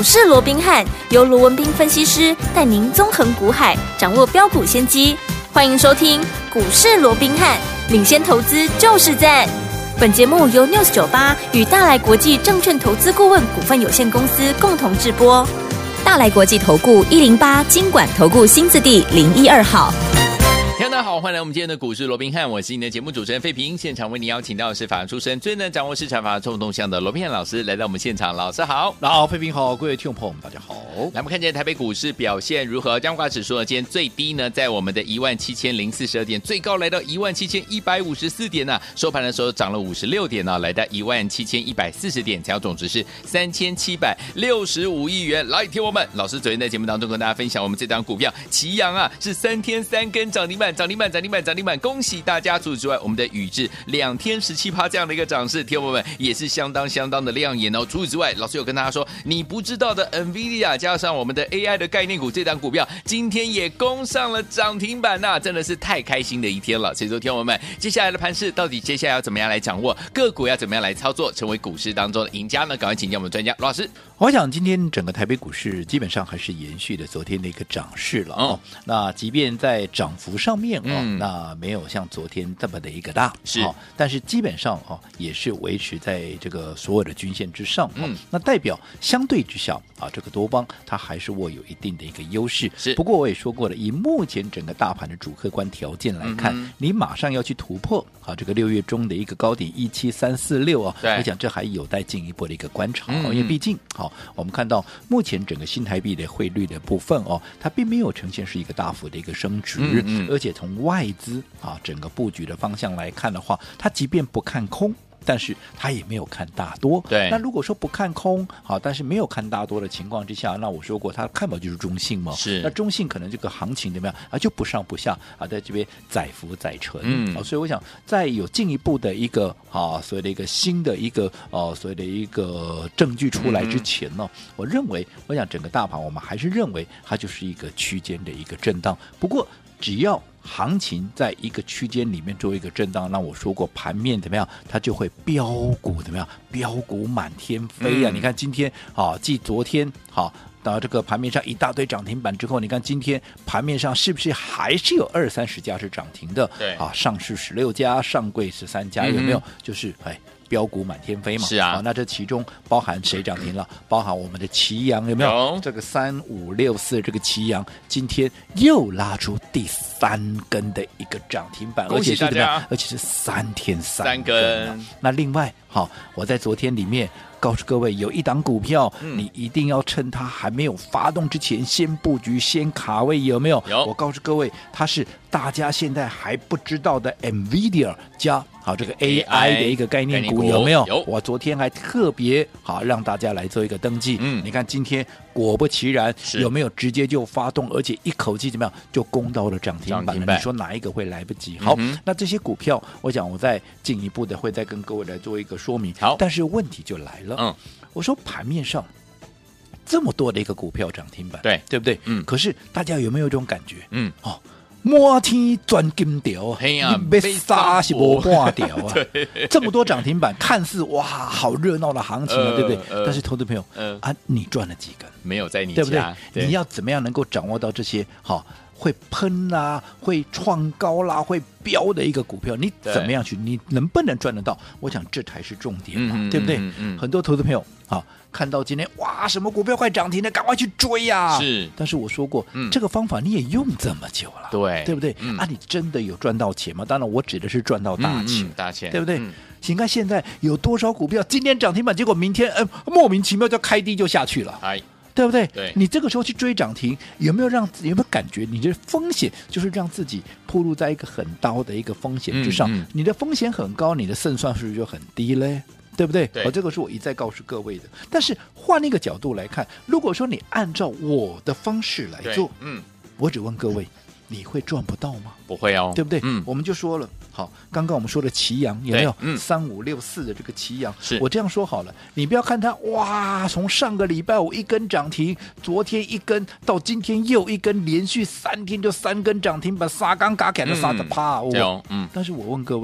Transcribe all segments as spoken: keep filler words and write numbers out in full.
市罗宾汉由罗文彬分析师带您纵横股海，掌握标股先机。欢迎收听股市罗宾汉，领先投资就是赞。本节目由 News 九十八与大来国际证券投资顾问股份有限公司共同制播。大来国际投顾一零八金管投顾新字第零一二号。 大家好，欢迎来我们今天的股市罗宾汉，我是你的节目主持人费平。现场为你邀请到的是法律出身、最能掌握市场法冲动向的罗宾汉老师来到我们现场，老师好。 好，费平好，各位听众朋友们大家好。 来，我们看见台北股市表现如何？加权指数呢，今天最低呢在我们的一万七千零四十二点，最高来到一万七千一百五十四点呢、啊，收盘的时候涨了五十六点呢、啊，来到一万七千一百四十点，成交总值是三千七百六十五亿元。来，听我们，老师昨天在节目当中跟大家分享，我们这张股票奇阳啊，是三天三根涨停板，涨停板，涨停板。涨停板，恭喜大家！除此之外，我们的宇智两天十七趴这样的一个涨势，听友们也是相当相当的亮眼哦。除此之外，老师有跟大家说，你不知道的 NVIDIA 加上我们的 A I 的概念股，这档股票今天也攻上了涨停板呐、啊，真的是太开心的一天了。所以说，听友们，接下来的盘势到底接下来要怎么样来掌握个股，要怎么样来操作，成为股市当中的赢家呢？赶快请教我们专家罗老师。 我想今天整个台北股市基本上还是延续了昨天的一个涨势了哦。嗯、那即便在涨幅上面哦，嗯、那没有像昨天这么的一个大， 是、 哦，但是基本上哦也是维持在这个所有的均线之上。嗯、哦，那代表相对之下啊，这个多方它还是握有一定的一个优势。 是， 不过我也说过了，以目前整个大盘的主客观条件来看，嗯、你马上要去突破啊这个六月中的一个高点一七三四六啊，我想这还有待进一步的一个观察，嗯、因为毕竟好。我们看到目前整个新台币的汇率的部分哦，它并没有呈现是一个大幅的一个升值，嗯嗯而且从外资啊整个布局的方向来看的话，它即便不看空，但是他也没有看大多。 对， 那如果说不看空，好，但是没有看大多的情况之下，那我说过，他看法就是中性嘛。 是， 那中性可能这个行情怎么样啊，就不上不下啊，在这边载浮载沉。嗯，啊，所以我想，在有进一步的一个啊，所谓的一个新的一个呃，所谓的一个证据出来之前呢，嗯、我认为，我想整个大盘我们还是认为它就是一个区间的一个震荡。不过，只要行情在一个区间里面做一个震荡，那我说过盘面怎么样，它就会标股怎么样，标股满天飞啊！嗯、你看今天啊，继昨天好。到这个盘面上一大堆涨停板之后，你看今天盘面上是不是还是有二三十家是涨停的？ 对啊，上市十六家，上柜十三家，有没有？嗯、就是哎。标股满天飞嘛， 是啊， 啊，那这其中包含谁涨停了？包含我们的奇阳有没有？有这个三五六四这个奇阳今天又拉出第三根的一个涨停板， 恭喜大家， 而且是三天三三根、啊。那另外，好，我在昨天里面告诉各位，有一档股票，嗯、你一定要趁它还没有发动之前先布局、先卡位，有没有？ 有。 我告诉各位，它是大家现在还不知道的 NVIDIA 加。好，这个 A I 的一个概念股有没有？ 有。 我昨天还特别好让大家来做一个登记。嗯，你看今天果不其然，有没有直接就发动，而且一口气怎么样就攻到了涨停板了？你说哪一个会来不及？好，嗯、那这些股票，我想我再进一步的会再跟各位来做一个说明。 好， 但是问题就来了。嗯，我说盘面上这么多的一个股票涨停板， 对对不对？ 嗯， 可是大家有没有一种感觉？ 嗯， 哦。摸天钻金条， 你被杀是无半条啊！这么多涨停板，看似哇，好热闹的行情啊，呃、对不对？呃、但是投资朋友、呃、啊，你赚了几根？ 没有在你家， 对不对？ 对， 你要怎么样能够掌握到这些好？会喷啦，会创高啦，会飙的一个股票，你怎么样去？你能不能赚得到？我想这才是重点嘛，嗯、对不对？嗯嗯、很多投资朋友啊，看到今天哇，什么股票快涨停了，赶快去追呀、啊！ 是， 但是我说过，嗯、这个方法你也用这么久了， 对， 对不对？ 嗯、 啊，你真的有赚到钱吗？当然，我指的是赚到大钱，嗯嗯、 大钱， 对不对？ 嗯你看现在有多少股票今天涨停板，结果明天呃莫名其妙就开低就下去了， 哎。 对不对？ 对， 你这个时候去追涨停，有没有让有没有感觉你的风险就是让自己暴露在一个很高的一个风险之上？嗯嗯、你的风险很高，你的胜算是不是就很低嘞？对不对？ 对， 哦，这个是我一再告诉各位的。但是换一个角度来看，如果说你按照我的方式来做， 嗯， 我只问各位，你会赚不到吗？ 不会哦， 对不对？ 嗯， 我们就说了，好，刚刚我们说的奇阳有没有？ 嗯， 三五六四的这个奇阳， 是我这样说好了，你不要看它哇，从上个礼拜五一根涨停，昨天一根，到今天又一根，连续三天就三根涨停，把沙钢嘎砍的杀的趴。 嗯，嗯， 但是我问各位，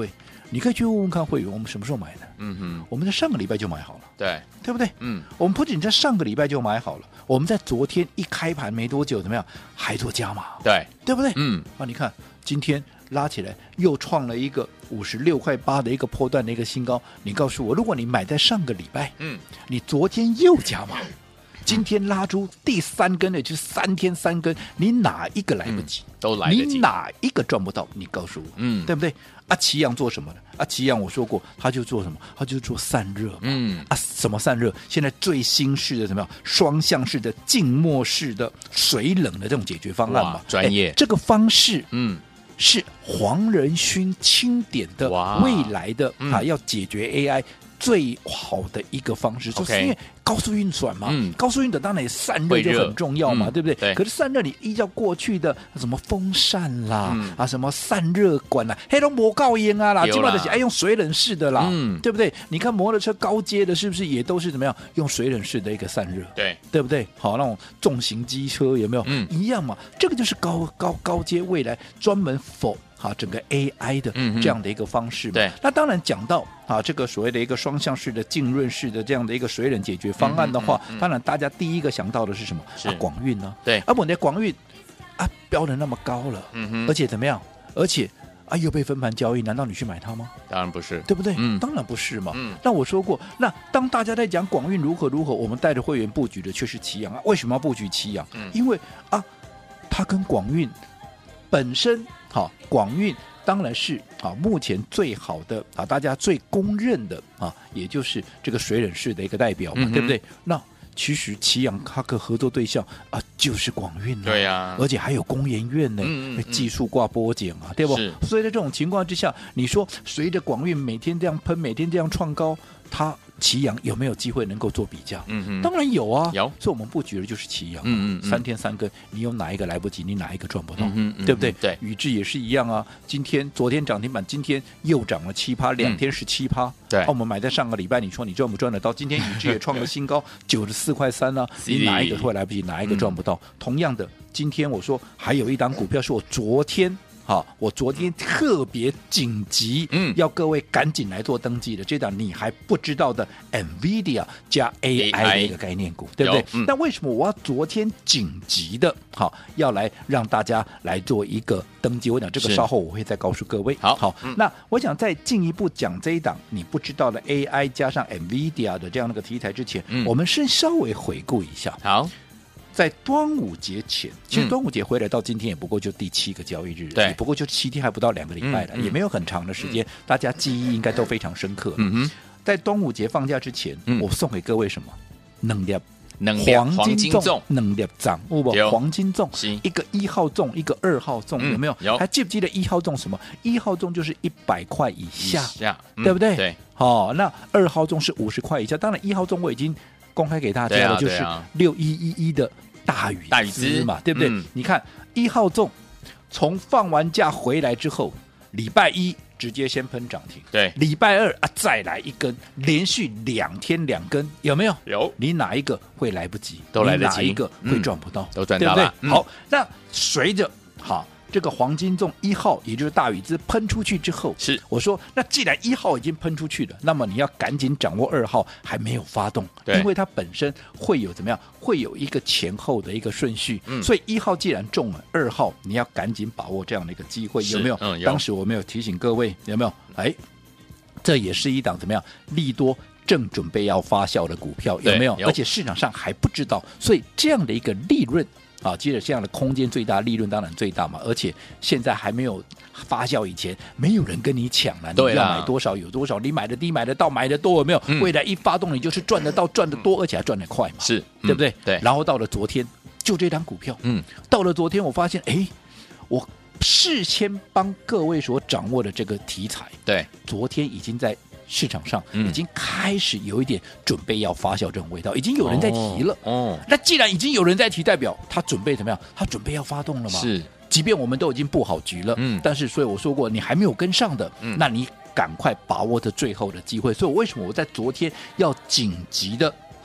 你可以去问问看会员，我们什么时候买的？ 嗯哼， 我们在上个礼拜就买好了， 对对不对？ 嗯， 我们不仅在上个礼拜就买好了，我们在昨天一开盘没多久怎么样，还做加码， 对对不对？ 嗯， 啊，你看今天拉起来又创了一个五十六块八的一个波段的一个新高。你告诉我，如果你买在上个礼拜， 嗯， 你昨天又加码，今天拉出第三根的，就是三天三根，你哪一个来不及？ 嗯、都来得及， 你哪一个赚不到？你告诉我， 嗯， 对不对？啊，奇阳做什么呢？啊，奇阳我说过，他就做什么？他就做散热嘛。 嗯， 啊，什么散热？现在最新式的怎么样？双向式的静默式的水冷的这种解决方案嘛， 专业。 这个方式， 嗯。 是黄仁勋钦点的未来的、嗯、啊，要解决 A I 最好的一个方式， okay, 就是因为高速运转嘛，嗯、高速运转当然也散热就很重要嘛， 嗯、 对不对？ 对。 可是散热你依照过去的什么风扇啦， 嗯、 啊什么散热管啦，黑龙膜告烟啊啦，基本上是爱用水冷式的啦，嗯，对不对？你看摩托车高阶的，是不是也都是怎么样用水冷式的一个散热？ 对， 对不对？好，那种重型机车有没有？嗯，一样嘛。这个就是高高高阶未来专门否。好，整个 A I 的这样的一个方式嘛， 对， 那当然讲到啊，这个所谓的一个双向式的浸润式的这样的一个水冷解决方案的话，嗯嗯嗯、当然大家第一个想到的是什么？ 是啊，广运呢、啊？ 对， 啊，我的广运啊，标的那么高了， 嗯哼， 而且怎么样？而且啊，又被分盘交易，难道你去买它吗？ 当然不是， 对不对？ 嗯， 当然不是嘛。 嗯， 那我说过，那当大家在讲广运如何如何，我们带着会员布局的却是奇阳啊。为什么要布局奇阳？嗯，因为啊，它跟广运本身好，广运。当然是啊，目前最好的啊，大家最公认的啊，也就是这个水冷式的一个代表嘛，嗯、对不对？那其实奇阳它的合作对象啊，就是广运啊， 对呀、啊， 而且还有工研院呢，嗯嗯嗯技术挂波剪啊，对不？所以在这种情况之下，你说随着广运每天这样喷，每天这样创高，它奇阳有没有机会能够做比较？ 嗯嗯， 当然有啊， 有。 所以我们布局的就是奇阳， 嗯嗯嗯， 三天三根，你有哪一个来不及？你哪一个赚不到？ 嗯嗯嗯对不对？ 对， 宇智也是一样啊。今天、昨天涨停板，今天又涨了七趴，两天十七趴。 对、 啊，我们买在上个礼拜，你说你赚不赚得到？今天宇智也创了新高，九十四块三呢。你哪一个会来不及？哪一个赚不到？嗯、同样的，今天我说还有一档股票是我昨天。好，我昨天特别紧急，嗯，要各位赶紧来做登记的，这档你还不知道的 NVIDIA 加 A I 的一个概念股，对不对？嗯、那为什么我要昨天紧急的，好，要来让大家来做一个登记？我讲这个稍后我会再告诉各位。 好， 好，嗯、那我想再进一步讲这一档你不知道的 A I 加上 NVIDIA 的这样的一个题材之前，嗯、我们先稍微回顾一下。 好。 在端午节前，其实端午节回来到今天也不过就第七个交易日， 对、 嗯，也不过就七天，还不到两个礼拜了，嗯嗯、也没有很长的时间，嗯、大家记忆应该都非常深刻。嗯哼，在端午节放假之前，嗯、我送给各位什么？能量。黄金粽能量涨，不不，黄金粽一个一号粽，一个二号粽，嗯、有没有？ 有。 还记不记得一号粽什么？一号粽就是一百块以下， 以下嗯、 对不对？ 对。 好、哦，那二号粽是五十块以下。当然，一号粽我已经公开给大家了，啊、就是六一一一的。大禹大禹资嘛，对不对？嗯、你看一号粽从放完假回来之后，礼拜一直接先喷涨停， 对， 礼拜二啊再来一根，连续两天两根，有没有？ 有。 你哪一个会来不及？ 都来得及。 哪一个会赚不到？ 嗯、都赚到了， 对不对？ 嗯、 好，那随着好。这个黄金粽一号，也就是大禹资喷出去之后， 是我说，那既然一号已经喷出去了，那么你要赶紧掌握二号还没有发动，因为它本身会有怎么样，会有一个前后的一个顺序，嗯、所以一号既然中了，二号你要赶紧把握这样的一个机会，有没有？ 嗯、有当时我没有提醒各位，有没有？哎，这也是一档怎么样利多正准备要发酵的股票，有没有？ 有而且市场上还不知道，所以这样的一个利润。啊，接着这样的空间最大，利润当然最大嘛，而且现在还没有发酵以前，没有人跟你抢了，你要买多少有多少，你买的低买的到买的多有没有？嗯、未来一发动，你就是赚得到赚得多，而且还赚得快嘛， 是、嗯、 对不对？ 对。 然后到了昨天，就这张股票，嗯，到了昨天，我发现，哎，我事先帮各位所掌握的这个题材， 对， 昨天已经在。市场上已经开始有一点准备要发酵这种味道，已经有人在提了。哦，哦那既然已经有人在提，代表他准备怎么样？他准备要发动了吗？ 是， 即便我们都已经布好局了，嗯，但是所以我说过，你还没有跟上的，嗯，那你赶快把握着最后的机会。所以为什么我在昨天要紧急的，好，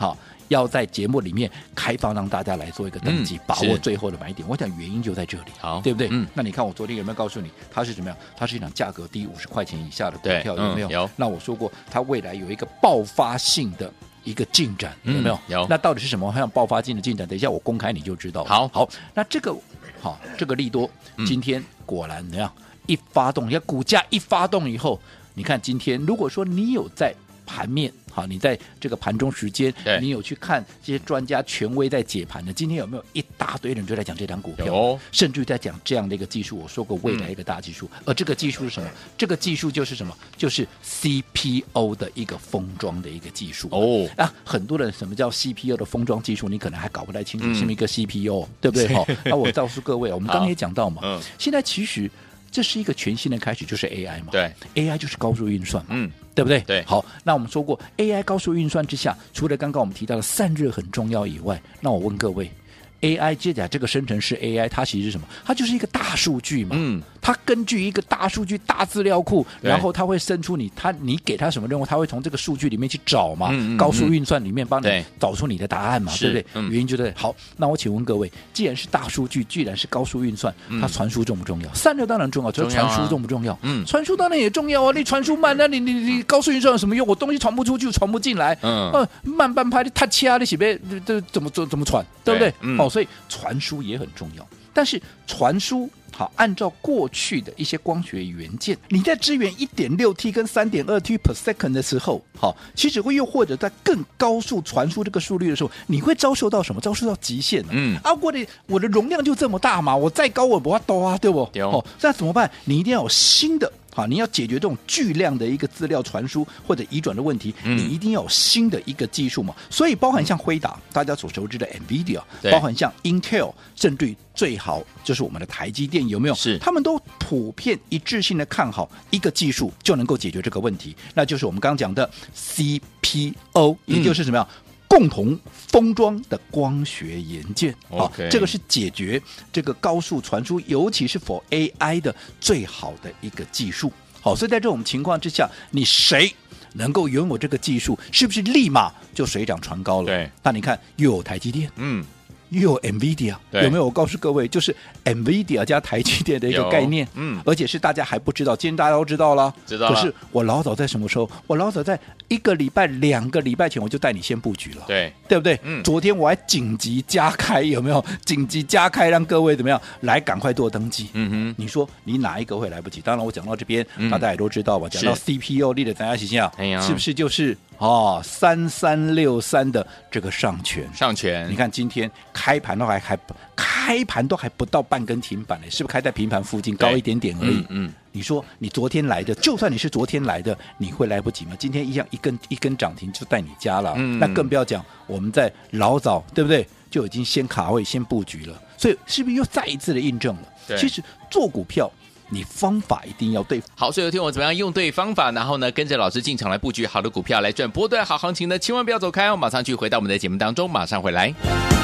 要在节目里面开放让大家来做一个登记， 嗯、 把握最后的买点。我想原因就在这里， 好， 对不对？ 嗯， 那你看我昨天有没有告诉你，它是怎么样？它是一档价格低五十块钱以下的股票，有没有？ 嗯、有。 那我说过，它未来有一个爆发性的一个进展，有没有？ 嗯、有。 那到底是什么像爆发性的进展？等一下我公开你就知道了。 好， 好，那这个好，这个利多、嗯、今天果然怎么样？一发动，要股价一发动以后，你看今天，如果说你有在盘面，好，你在这个盘中时间，你有去看这些专家权威在解盘的，今天有没有一大堆人就在讲这档股票，甚至在讲这样的一个技术？我说过未来一个大技术，嗯、而这个技术是什么？这个技术就是什么？就是 C P O 的一个封装的一个技术。哦，啊，很多人什么叫 C P O 的封装技术，你可能还搞不太清楚，是、嗯、一个 C P O， 对不对？好，那我告诉各位，我们刚刚也讲到嘛，嗯、现在其实。这是一个全新的开始，就是 A I 嘛。对 ，A I 就是高速运算嘛，嗯，对不对？对。好，那我们说过 ，A I 高速运算之下，除了刚刚我们提到的散热很重要以外，那我问各位 ，A I 接下来这个生成式 A I， 它其实是什么？它就是一个大数据嘛。嗯。它根据一个大数据、大资料库，然后它会生出你，它你给它什么任务，它会从这个数据里面去找嘛。嗯嗯嗯高速运算里面帮你找出你的答案嘛，对不对？嗯、原因就在好。那我请问各位，既然是大数据，既然是高速运算，它传输重不重要？散热当然重要，就是传输重不重要？嗯，传输当然也重要啊。你传输慢，那你你你高速运算有什么用？我东西传不出去，传不进来。嗯，呃、慢半拍的太掐，你写呗，这怎么怎怎么传？对不对？嗯、哦，所以传输也很重要。但是传输好，按照过去的一些光学元件，你在支援 一点六 T 跟 三点二 T per second 的时候，好，其实会又或者在更高速传输这个速率的时候，你会遭受到什么？遭受到极限、啊、嗯啊，我的我的容量就这么大嘛，我再高我不要多啊，对不？对哦，那怎么办？你一定要有新的。好，你要解决这种巨量的一个资料传输或者移转的问题，嗯、你一定要有新的一个技术嘛。所以包含像辉达，嗯、大家所熟知的 NVIDIA， 包含像 Intel， 甚至最好就是我们的台积电，有没有？是，他们都普遍一致性的看好一个技术就能够解决这个问题，那就是我们刚刚讲的 C P O， 也就是什么样？嗯共同封装的光学元件，好、okay ，这个是解决这个高速传输，尤其是 for A I 的最好的一个技术。好，所以在这种情况之下，你谁能够拥有这个技术，是不是立马就水涨船高了？对，那你看又有台积电，嗯。又有 NVIDIA， 有没有？我告诉各位，就是 NVIDIA 加台积电的一个概念，嗯，而且是大家还不知道，今天大家都知道了，知道了。可是我老早在什么时候？我老早在一个礼拜、两个礼拜前，我就带你先布局了，对，对不对？嗯。昨天我还紧急加开，有没有？紧急加开，让各位怎么样来赶快做登记？嗯哼。你说你哪一个会来不及？当然，我讲到这边，嗯、大家也都知道吧？讲到 C P O， 你的大家想想，哎呀，是不是就是哦三三六三的这个上权？上权，你看今天开盘都还还开盘都还不到半根停板呢，是不是开在平盘附近高一点点而已？嗯，嗯你说你昨天来的，就算你是昨天来的，你会来不及吗？今天一样一根一根涨停就在你家了，嗯、那更不要讲我们在老早对不对就已经先卡位先布局了，所以是不是又再一次的印证了？其实做股票。你方法一定要对好，所以有听我怎么样用对方法，然后呢跟着老师进场来布局好的股票来赚波段好行情呢，千万不要走开哦，马上去回到我们的节目当中，马上回来。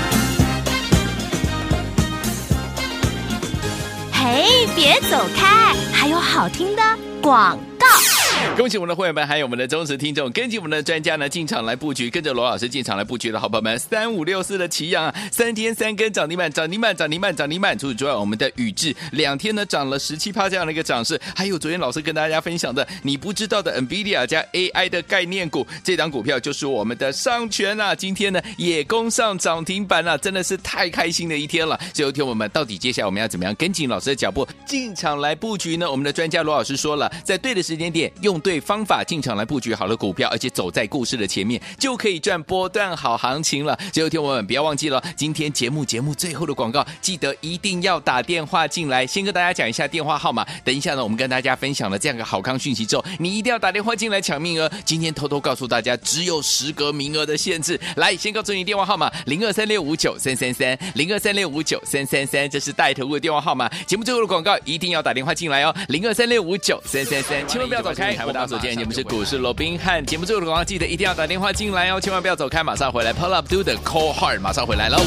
嘿，别走开，还有好听的广告。 恭喜我们的会员们，还有我们的忠实听众，跟紧我们的专家呢进场来布局，跟着罗老师进场来布局的好朋友们，三五六四的奇阳啊，三天三根涨停板，涨停板，涨停板，涨停板。除此之外，我们的宇智两天呢涨了十七%这样的一个涨势，还有昨天老师跟大家分享的你不知道的 NVIDIA 加 A I 的概念股，这档股票就是我们的上权啊，今天呢也攻上涨停板了、啊，真的是太开心的一天了。所以有听我们到底接下来我们要怎么样跟紧老师的脚步进场来布局呢？我们的专家罗老师说了，在对的时间点用对方法进场来布局好的股票，而且走在故事的前面，就可以赚波段好行情了。最后听我们不要忘记了，今天节目节目最后的广告，记得一定要打电话进来。先跟大家讲一下电话号码，等一下呢，我们跟大家分享了这样个好康讯息之后，你一定要打电话进来抢名额。今天偷偷告诉大家，只有十个名额的限制。来，先告诉你电话号码零二三六五九三三三零二三六五九三三三，这是带头的电话号码。节目最后的广告一定要打电话进来哦，零二三六五九三三三，千万不要走开。台湾大所见，节目是股市罗宾汉，节目最后的广告记得一定要打电话进来哦，千万不要走开，马上回来。Pull Up Do 的 Cold Heart 马上回来喽。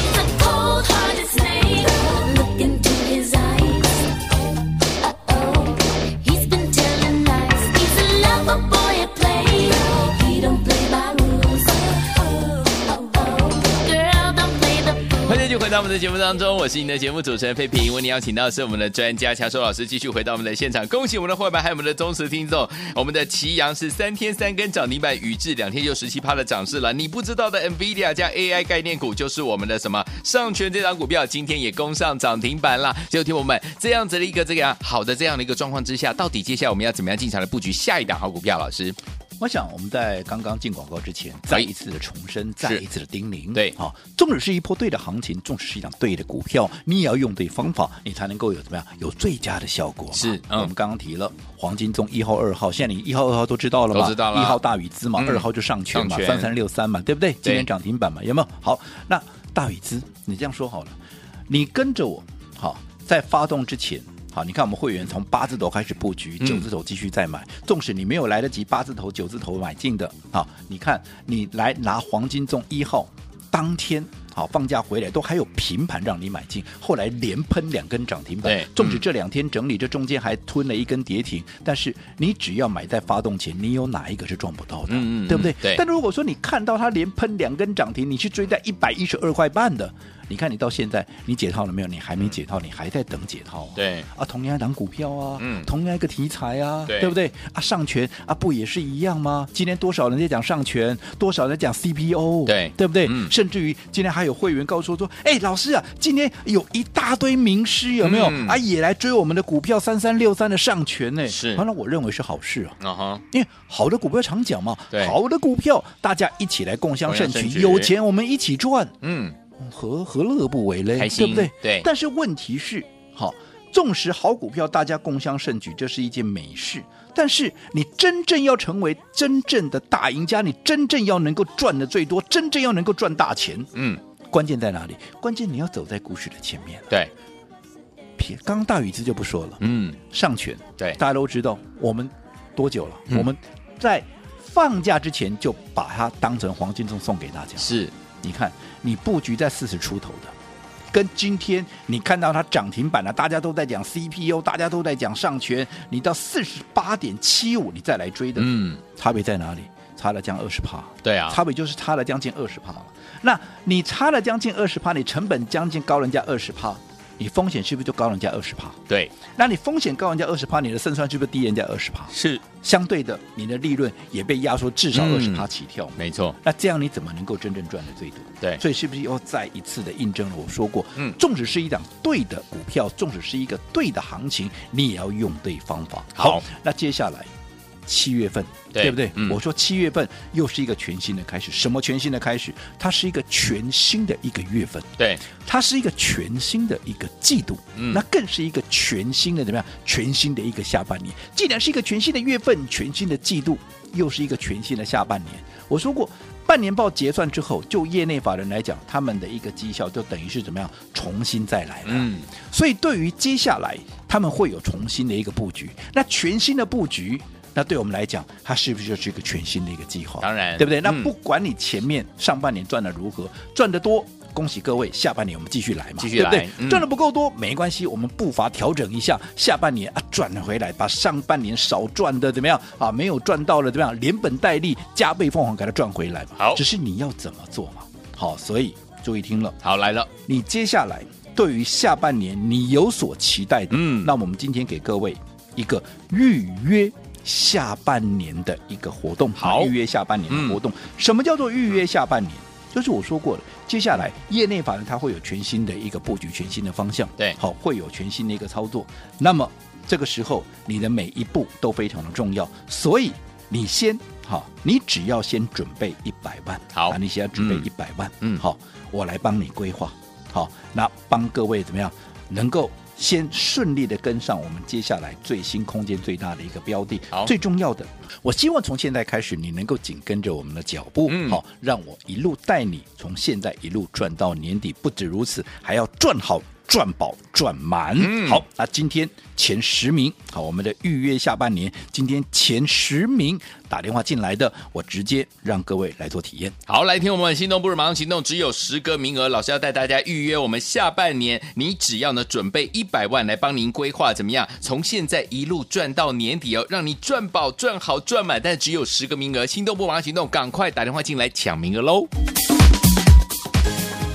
到我们的节目当中，我是您的节目主持人费平，为您邀请到的是我们的专家强硕老师，继续回到我们的现场，恭喜我们的会员还有我们的忠实听众，我们的奇阳是三天三根涨停板，宇智两天就 百分之十七 的涨势了。你不知道的 NVIDIA 加 A I 概念股就是我们的什么上权这档股票，今天也攻上涨停板啦。就听我们这样子的一个这个好的这样的一个状况之下，到底接下来我们要怎么样进场来布局下一档好股票？老师， 我想我们在刚刚进广告之前，再一次的重申，再一次的叮咛， 对， 好、哦，纵使是一波对的行情，纵使是一档对的股票，你也要用对方法，你才能够有怎么样有最佳的效果嘛。 是，嗯、 我们刚刚提了黄金宗一号、二号，现在你一号、二号都知道了嘛？ 都知道了。 一号大宇资嘛，二、嗯、号就上权嘛，三三六三嘛，对不对？今天涨停板嘛，有没有？好，那大宇资，你这样说好了，你跟着我，好，在发动之前。好，你看我们会员从八字头开始布局，九字头继续再买。纵使你没有来得及八字头、九字头买进的，好，你看你来拿黄金宗一号，当天好放假回来都还有平盘让你买进，后来连喷两根涨停板。纵使这两天整理，这中间还吞了一根跌停，但是你只要买在发动前，你有哪一个是赚不到的？嗯嗯对不对？对。但如果说你看到它连喷两根涨停，你去追在一百一十二块半的。你看，你到现在你解套了没有？你还没解套，你还在等解套、啊。 对啊，同样一档股票啊，嗯，同样一个题材啊， 对, 对不对？啊，上权啊，不也是一样吗？今天多少人在讲上权，多少人在讲 C P O， 对对不对、嗯？甚至于今天还有会员告诉我说：“哎，老师啊，今天有一大堆名师有没有、嗯、啊？也来追我们的股票三三六三的上权呢？” 是， 那我认为是好事啊， uh-huh 因为好的股票常讲嘛，好的股票大家一起来共襄盛举，有钱我们一起赚，嗯。何何乐不为嘞？对不对？ 对。 但是问题是，好，纵使好股票大家共襄盛举，这是一件美事。但是你真正要成为真正的大赢家，你真正要能够赚的最多，真正要能够赚大钱，嗯，关键在哪里？关键你要走在股市的前面。 对。 刚刚大宇资就不说了， 嗯， 上权， 对， 大家都知道，我们多久了？嗯、我们在放假之前就把它当成黄金宗送给大家。 是。 你看，你布局在四十出头的，跟今天你看到它涨停板了，大家都在讲 C P O， 大家都在讲上权，你到四十八点七五，你再来追的，嗯，差别在哪里？差了将二十趴， 对啊， 差别就是差了将近二十趴了。那你差了将近二十趴，你成本将近高人家二十趴，你风险是不是就高人家二十趴？ 对， 那你风险高人家二十趴，你的胜算是不是低人家二十趴？ 是。 相对的，你的利润也被压缩至少二十趴起跳、 嗯，没错。 那这样你怎么能够真正赚的最多？ 对， 所以是不是又再一次的印证了我说过，嗯，纵使是一档对的股票，纵使是一个对的行情，你也要用对方法。 好， 好那接下来七月份， 对, 对不对、嗯？我说七月份又是一个全新的开始，什么全新的开始？它是一个全新的一个月份， 对， 它是一个全新的一个季度，嗯，那更是一个全新的怎么样？全新的一个下半年。既然是一个全新的月份、全新的季度，又是一个全新的下半年，我说过。半年报结算之后，就业内法人来讲，他们的一个绩效就等于是怎么样重新再来了。嗯，所以对于接下来他们会有重新的一个布局，那全新的布局，那对我们来讲，它是不是就是一个全新的一个计划？ 当然， 对不对？那不管你前面上半年赚的如何，赚得多。恭喜各位，下半年我们继续来嘛， 继续来， 对不对？ 嗯、 赚的不够多没关系，我们步伐调整一下，下半年啊赚回来，把上半年少赚的怎么样啊？没有赚到了怎么样？连本带利，加倍凤凰给它赚回来嘛。 好， 只是你要怎么做嘛？好，所以注意听了。 好，来了， 你接下来对于下半年你有所期待的，嗯，那我们今天给各位一个预约下半年的一个活动。 好， 预约下半年的活动，嗯、什么叫做预约下半年？就是我说过了，接下来业内法人它会有全新的一个布局，全新的方向， 对， 好，会有全新的一个操作。那么这个时候，你的每一步都非常的重要，所以你先好，你只要先准备一百万， 好， 啊、你先要准备一百万， 嗯， 好，我来帮你规划，好，那帮各位怎么样能够先顺利的跟上我们接下来最新空间最大的一个标的。最重要的，我希望从现在开始你能够紧跟着我们的脚步，嗯，好，让我一路带你从现在一路赚到年底。不止如此，还要赚好赚饱赚满、嗯、好，那今天前十名，好，我们的预约下半年今天前十名打电话进来的，我直接让各位来做体验。 好，来听我们心动不如马上行动，只有十个名额，老师要带大家预约我们下半年，你只要呢准备一百万来帮您规划怎么样从现在一路赚到年底哦，让你赚饱赚好赚满，但只有十个名额，心动不如马上行动，赶快打电话进来抢名额喽。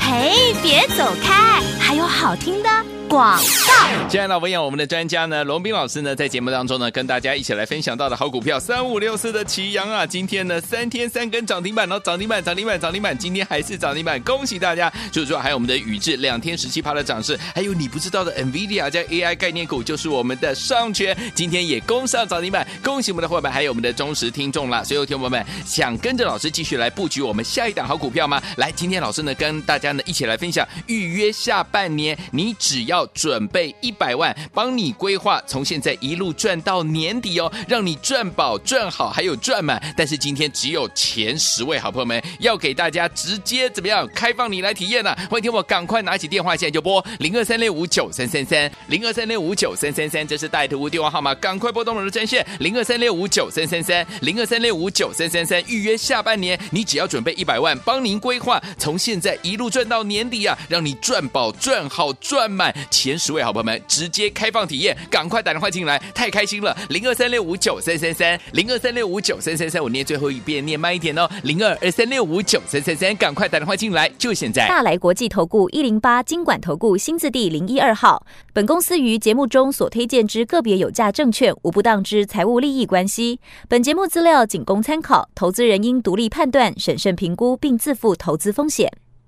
嘿，别走开，还有好听的广告。 亲爱的朋友，我们的专家呢，龙斌老师呢，在节目当中呢，跟大家一起来分享到的好股票三五六四的奇阳啊，今天呢三天三根涨停板，然后涨停板涨停板涨停板，今天还是涨停板，恭喜大家！就是说还有我们的宇智两天十七趴的涨势，还有你不知道的 NVIDIA 加 A I 概念股，就是我们的上权，今天也攻上涨停板，恭喜我们的伙伴，还有我们的忠实听众啦！所有听众朋友们，想跟着老师继续来布局我们下一档好股票吗？来，今天老师呢跟大家呢一起来分享，预约下半年，你只要准备一百万，帮你规划从现在一路赚到年底哦，让你赚饱赚好还有赚满。但是今天只有前十位好朋友们要给大家直接怎么样开放你来体验呢、啊？欢迎听我赶快拿起电话，现在就拨零二三六五九三三三零二三六五九三三三，这是带图电话号码，赶快拨动我的专线零二三六五九三三三零二三六五九三三三，预约下半年，你只要准备一百万，帮您规划从现在一路赚到年底啊，让你赚饱赚好赚满。前十位好朋友们直接开放体验，赶快打电话进来，太开心了！零二三六五九三三三零二三六五九三三三，我念最后一遍，念慢一点哦，零二二三六五九三三三，赶快打电话进来，就现在！ 大来国际投顾一零八金管投顾新字第零一二号，本公司于节目中所推荐之个别有价证券，无不当之财务利益关系。本节目资料仅供参考，投资人应独立判断、审慎评估，并自负投资风险。